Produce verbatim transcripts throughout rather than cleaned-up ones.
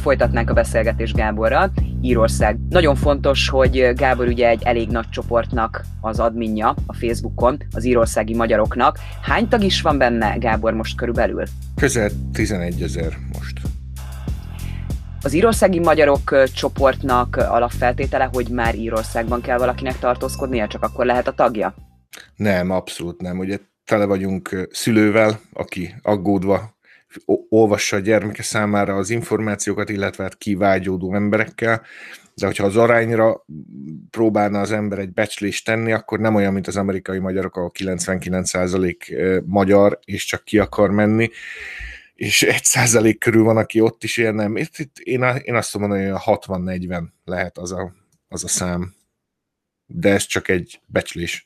folytatnánk a beszélgetést Gáborral. Írország. Nagyon fontos, hogy Gábor ugye egy elég nagy csoportnak az adminja a Facebookon, az írországi magyaroknak. Hány tag is van benne, Gábor, most körülbelül? Közel tizenegyezer most. Az írországi magyarok csoportnak alapfeltétele, hogy már Írországban kell valakinek tartózkodnia, csak akkor lehet a tagja? Nem, abszolút nem. Ugye tele vagyunk szülővel, aki aggódva olvassa a gyermeke számára az információkat, illetve hát kivágyódó emberekkel, de hogyha az arányra próbálna az ember egy becslést tenni, akkor nem olyan, mint az amerikai magyarok, ahol kilencvenkilenc százalék magyar, és csak ki akar menni, és egy százalék körül van, aki ott is él, nem. Itt, itt, én, én azt mondom, hogy a hatvan-negyven lehet az a, az a szám, de ez csak egy becslés.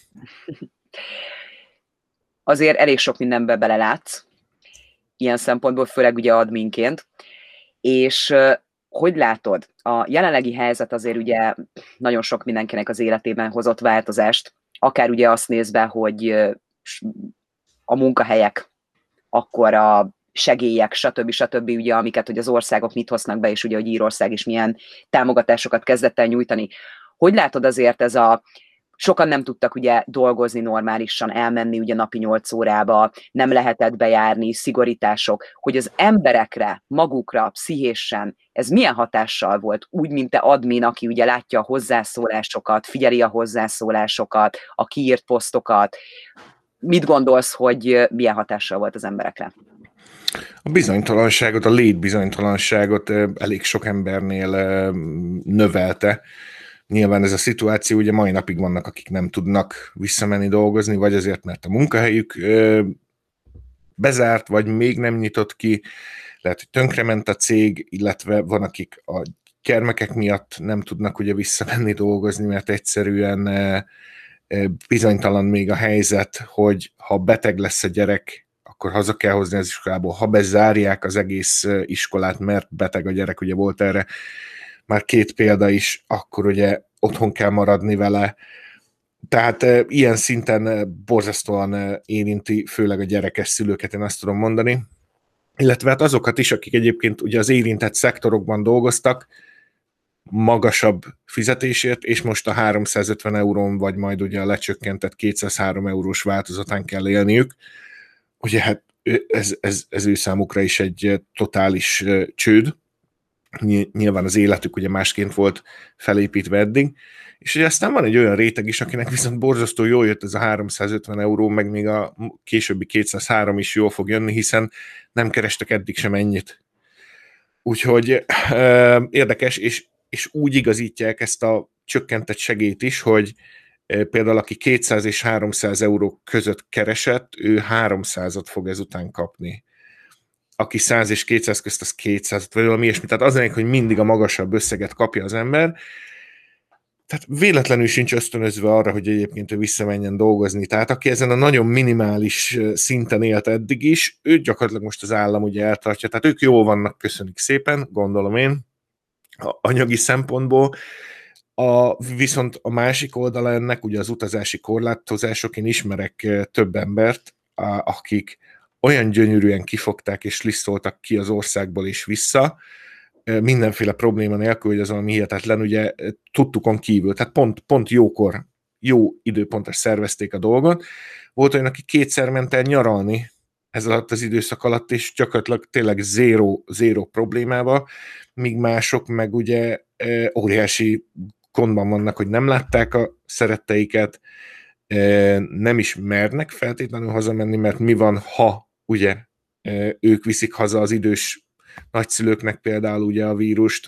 Azért elég sok mindenbe belelátsz, ilyen szempontból, főleg ugye adminként, és hogy látod, a jelenlegi helyzet azért ugye nagyon sok mindenkinek az életében hozott változást, akár ugye azt nézve, hogy a munkahelyek, akkor a segélyek, stb. stb. Ugye, amiket hogy az országok mit hoznak be, és ugye, hogy Írország is milyen támogatásokat kezdett el nyújtani. Hogy látod azért ez a sokan nem tudtak ugye dolgozni normálisan, elmenni ugye napi nyolc órába, nem lehetett bejárni, szigorítások, hogy az emberekre, magukra, pszichésen, ez milyen hatással volt? Úgy, mint te admin, aki ugye látja a hozzászólásokat, figyeli a hozzászólásokat, a kiírt posztokat. Mit gondolsz, hogy milyen hatással volt az emberekre? A bizonytalanságot, a létbizonytalanságot elég sok embernél növelte. Nyilván ez a szituáció, ugye mai napig vannak, akik nem tudnak visszamenni dolgozni, vagy azért, mert a munkahelyük bezárt, vagy még nem nyitott ki, lehet, hogy tönkrement a cég, illetve van, akik a gyermekek miatt nem tudnak ugye visszamenni dolgozni, mert egyszerűen bizonytalan még a helyzet, hogy ha beteg lesz a gyerek, akkor haza kell hozni az iskolából, ha bezárják az egész iskolát, mert beteg a gyerek, ugye volt erre már két példa is, akkor ugye otthon kell maradni vele. Tehát e, ilyen szinten borzasztóan e, érinti, főleg a gyerekes szülőket, én azt tudom mondani. Illetve hát azokat is, akik egyébként ugye az érintett szektorokban dolgoztak, magasabb fizetésért, és most a háromszázötven eurón, vagy majd ugye a lecsökkentett kétszázhárom eurós változatán kell élniük. Ugye hát ez, ez, ez ő számukra is egy totális csőd. Nyilván az életük ugye másként volt felépítve eddig, és ugye aztán van egy olyan réteg is, akinek viszont borzasztó jól jött ez a háromszázötven euró, meg még a későbbi kétszázhárom is jól fog jönni, hiszen nem kerestek eddig sem ennyit. Úgyhogy euh, érdekes, és, és úgy igazítják ezt a csökkentett segélyt is, hogy euh, például aki kétszáz és háromszáz euró között keresett, ő háromszázat fog ezután kapni. Aki száz és kétszáz közt, az kétszázat, vagy valami ilyesmi. Tehát az lényeg, hogy mindig a magasabb összeget kapja az ember. Tehát véletlenül sincs ösztönözve arra, hogy egyébként ő visszamenjen dolgozni. Tehát aki ezen a nagyon minimális szinten élt eddig is, őt gyakorlatilag most az állam ugye eltartja. Tehát ők jól vannak, köszönjük szépen, gondolom én, a anyagi szempontból. A, viszont a másik oldala ennek, ugye az utazási korlátozások, én ismerek több embert, a, akik olyan gyönyörűen kifogták és lisztoltak ki az országból és vissza, mindenféle probléma nélkül, hogy az valami hihetetlen, ugye tudtukon kívül, tehát pont, pont jókor, jó időpontra szervezték a dolgot. Volt olyan, aki kétszer ment el nyaralni ez alatt az időszak alatt, és gyakorlatilag tényleg zéró, zéró problémával, míg mások meg ugye óriási gondban vannak, hogy nem látták a szeretteiket, nem is mernek feltétlenül hazamenni, mert mi van, ha ugye ők viszik haza az idős nagyszülőknek például ugye a vírust.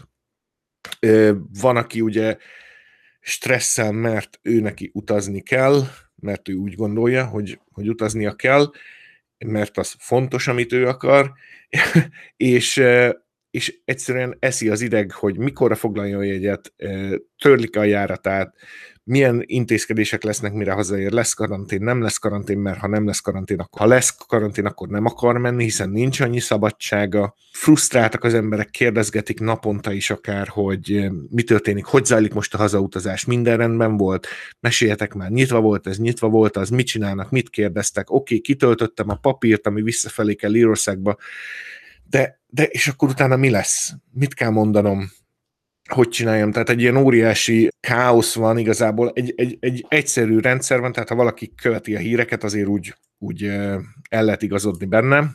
Van, aki ugye stresszel, mert ő neki utazni kell, mert ő úgy gondolja, hogy, hogy utaznia kell, mert az fontos, amit ő akar, és, és egyszerűen eszi az ideg, hogy mikorra foglaljon jegyet, törlik a járatát, milyen intézkedések lesznek, mire hazaér, lesz karantén, nem lesz karantén, mert ha nem lesz karantén, akkor ha lesz karantén, akkor nem akar menni, hiszen nincs annyi szabadsága. Frusztráltak az emberek, kérdezgetik naponta is akár, hogy mi történik, hogy zajlik most a hazautazás, minden rendben volt, meséljetek már, nyitva volt ez, nyitva volt az, mit csinálnak, mit kérdeztek, oké, okay, kitöltöttem a papírt, ami visszafelé kell Írországba, de de és akkor utána mi lesz? Mit kell mondanom? Hogy csináljam? Tehát egy ilyen óriási káosz van igazából, egy, egy, egy egyszerű rendszer van, tehát ha valaki követi a híreket, azért úgy, úgy el lehet igazodni bennem,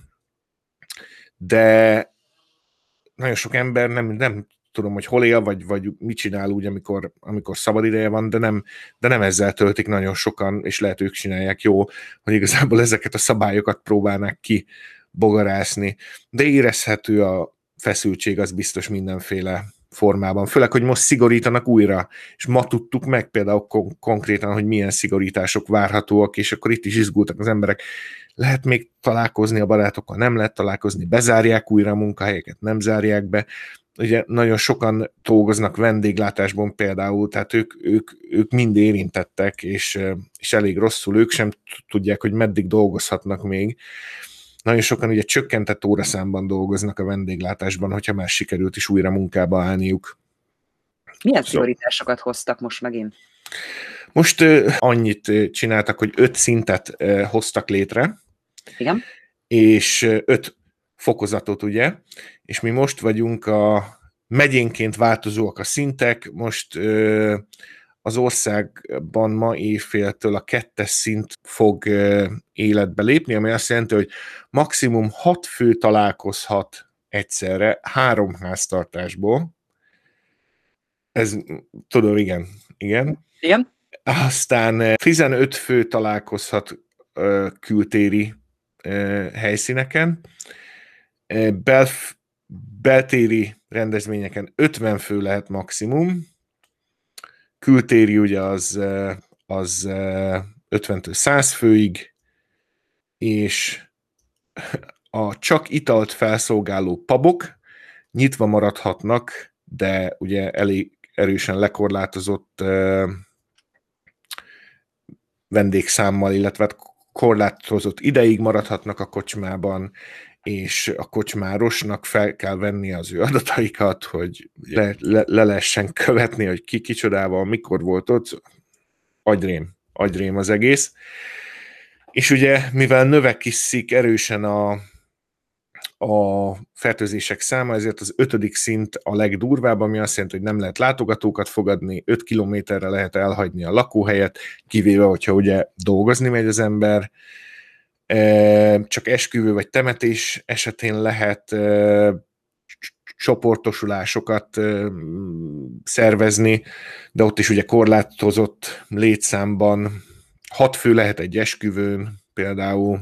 de nagyon sok ember nem, nem tudom, hogy hol él, vagy, vagy mit csinál úgy, amikor, amikor szabad ideje van, de nem, de nem ezzel töltik nagyon sokan, és lehet ők csinálják jó, hogy igazából ezeket a szabályokat próbálnák ki bogarászni, de érezhető a feszültség, az biztos mindenféle formában. Főleg, hogy most szigorítanak újra, és ma tudtuk meg például kon- konkrétan, hogy milyen szigorítások várhatóak, és akkor itt is izgultak az emberek. Lehet még találkozni a barátokkal, nem lehet találkozni, bezárják újra a munkahelyeket, nem zárják be. Ugye nagyon sokan dolgoznak vendéglátásban például, tehát ők, ők, ők mind érintettek, és, és elég rosszul, ők sem tudják, hogy meddig dolgozhatnak még. Nagyon sokan ugye csökkentett óraszámban dolgoznak a vendéglátásban, hogyha már sikerült is újra munkába állniuk. Milyen szigorításokat hoztak most megint? Most uh, annyit uh, csináltak, hogy öt szintet uh, hoztak létre. Igen. És uh, öt fokozatot, ugye? És mi most vagyunk a megyénként változóak a szintek, most uh, az országban ma éjféltől a kettes szint fog uh, életbe lépni, ami azt jelenti, hogy maximum hat fő találkozhat egyszerre három háztartásból. Ez, tudom, igen, igen. Igen. Aztán tizenöt fő találkozhat uh, kültéri uh, helyszíneken, uh, belf- beltéri rendezvényeken ötven fő lehet maximum, kültéri ugye az, uh, az uh, ötventől száz főig, és a csak italt felszolgáló pubok nyitva maradhatnak, de ugye elég erősen lekorlátozott uh, vendégszámmal, illetve korlátozott ideig maradhatnak a kocsmában, és a kocsmárosnak fel kell venni az ő adataikat, hogy le, le, le lehessen követni, hogy ki kicsodával, mikor volt ott. Agyrém, agyrém az egész. És ugye, mivel növekszik erősen a a fertőzések száma, ezért az ötödik szint a legdurvább, ami azt jelenti, hogy nem lehet látogatókat fogadni, öt kilométerre lehet elhagyni a lakóhelyet, kivéve, hogyha ugye dolgozni megy az ember, csak esküvő vagy temetés esetén lehet csoportosulásokat szervezni, de ott is ugye korlátozott létszámban, hat fő lehet egy esküvőn például,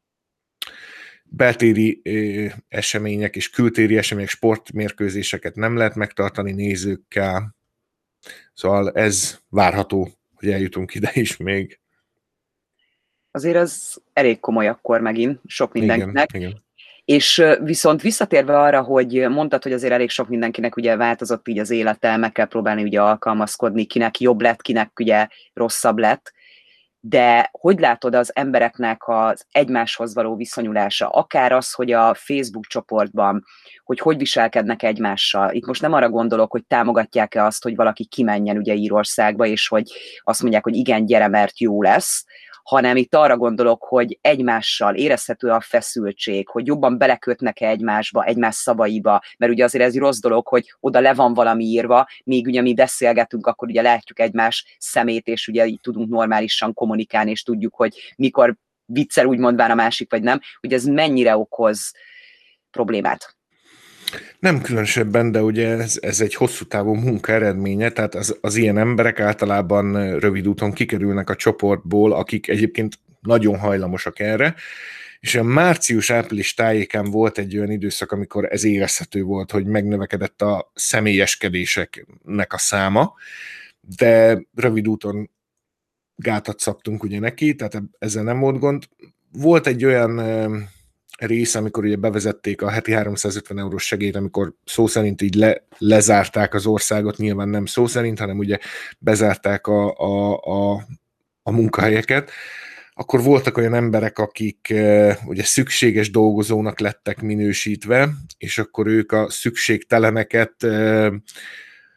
beltéri ö, események és kültéri események, sportmérkőzéseket nem lehet megtartani nézőkkel. Szóval ez várható, hogy eljutunk ide is még. Azért az elég komoly akkor megint, sok mindenkinek. Igen, igen. És viszont visszatérve arra, hogy mondtad, hogy azért elég sok mindenkinek ugye változott így az élete, meg kell próbálni ugye alkalmazkodni, kinek jobb lett, kinek ugye rosszabb lett. De hogy látod az embereknek az egymáshoz való viszonyulása, akár az, hogy a Facebook csoportban, hogy hogy viselkednek egymással. Itt most nem arra gondolok, hogy támogatják-e azt, hogy valaki kimenjen ugye Írországba, és hogy azt mondják, hogy igen, gyere, mert jó lesz, hanem itt arra gondolok, hogy egymással érezhető a feszültség, hogy jobban belekötnek-e egymásba, egymás szavaiba, mert ugye azért ez rossz dolog, hogy oda le van valami írva, még ugye mi beszélgetünk, akkor ugye látjuk egymás szemét, és ugye így tudunk normálisan kommunikálni, és tudjuk, hogy mikor viccel úgy mondván a másik, vagy nem, hogy ez mennyire okoz problémát. Nem különösebben, de ugye ez, ez egy hosszú távú munka eredménye, tehát az, az ilyen emberek általában rövid úton kikerülnek a csoportból, akik egyébként nagyon hajlamosak erre, és a március-április tájékán volt egy olyan időszak, amikor ez érezhető volt, hogy megnövekedett a személyeskedéseknek a száma, de rövid úton gátat szabtunk ugye neki, tehát ezzel nem volt gond. Volt egy olyan rész, amikor ugye bevezették a heti háromszázötven eurós segélyt, amikor szó szerint így le, lezárták az országot, nyilván nem szó szerint, hanem ugye bezárták a, a, a, a munkahelyeket, akkor voltak olyan emberek, akik e, ugye szükséges dolgozónak lettek minősítve, és akkor ők a szükségteleneket e,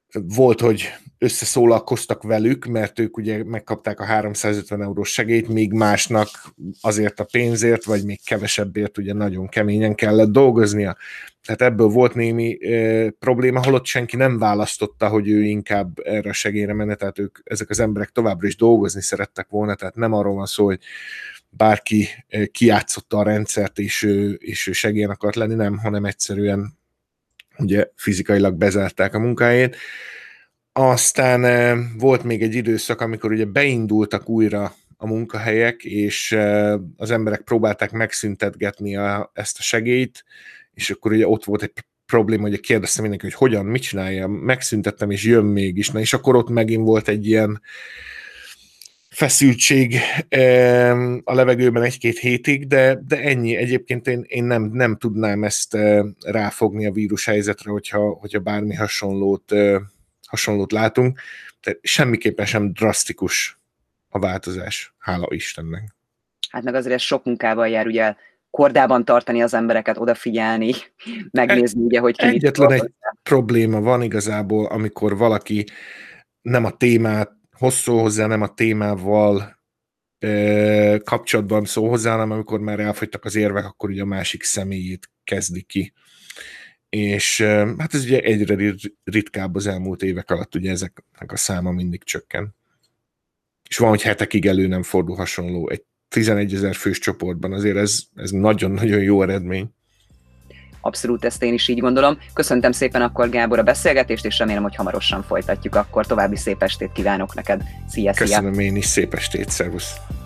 volt, hogy összeszólalkoztak velük, mert ők ugye megkapták a háromszázötven eurós segélyt, míg másnak azért a pénzért, vagy még kevesebbért ugye nagyon keményen kellett dolgoznia. Tehát ebből volt némi e, probléma, holott senki nem választotta, hogy ő inkább erre a segélyre menne, tehát ők, ezek az emberek továbbra is dolgozni szerettek volna, tehát nem arról van szó, hogy bárki kijátszotta a rendszert, és ő, és ő segélyen akart lenni, nem, hanem egyszerűen ugye fizikailag bezárták a munkáját. Aztán volt még egy időszak, amikor ugye beindultak újra a munkahelyek, és az emberek próbálták megszüntetgetni a, ezt a segélyt, és akkor ugye ott volt egy probléma, hogy kérdeztem mindenki, hogy hogyan, mit csinálja, megszüntettem, és jön mégis. Na, és akkor ott megint volt egy ilyen feszültség a levegőben egy-két hétig, de, de ennyi. Egyébként én, én nem, nem tudnám ezt ráfogni a vírus helyzetre, hogyha, hogyha bármi hasonlót, hasonlót látunk. Tehát semmiképpen sem drasztikus a változás, hála Istennek. Hát meg azért ez sok munkával jár, ugye kordában tartani az embereket, odafigyelni, megnézni, ugye, hogy ki Egyetlen egy probléma van igazából, amikor valaki nem a témát hosszú hozzá, nem a témával e, kapcsolatban szól hozzá, hanem amikor már elfogytak az érvek, akkor ugye a másik személyét kezdi ki. És e, hát ez ugye egyre ritkább az elmúlt évek alatt, ugye ezeknek a száma mindig csökken. És van, hogy hetekig elő nem fordul hasonló. Egy tizenegyezer fős csoportban azért ez, ez nagyon-nagyon jó eredmény. Abszolút, ezt én is így gondolom. Köszöntem szépen akkor, Gábor, a beszélgetést, és remélem, hogy hamarosan folytatjuk. Akkor további szép estét kívánok neked. Szia, szia! Köszönöm én is, szép estét, szervusz!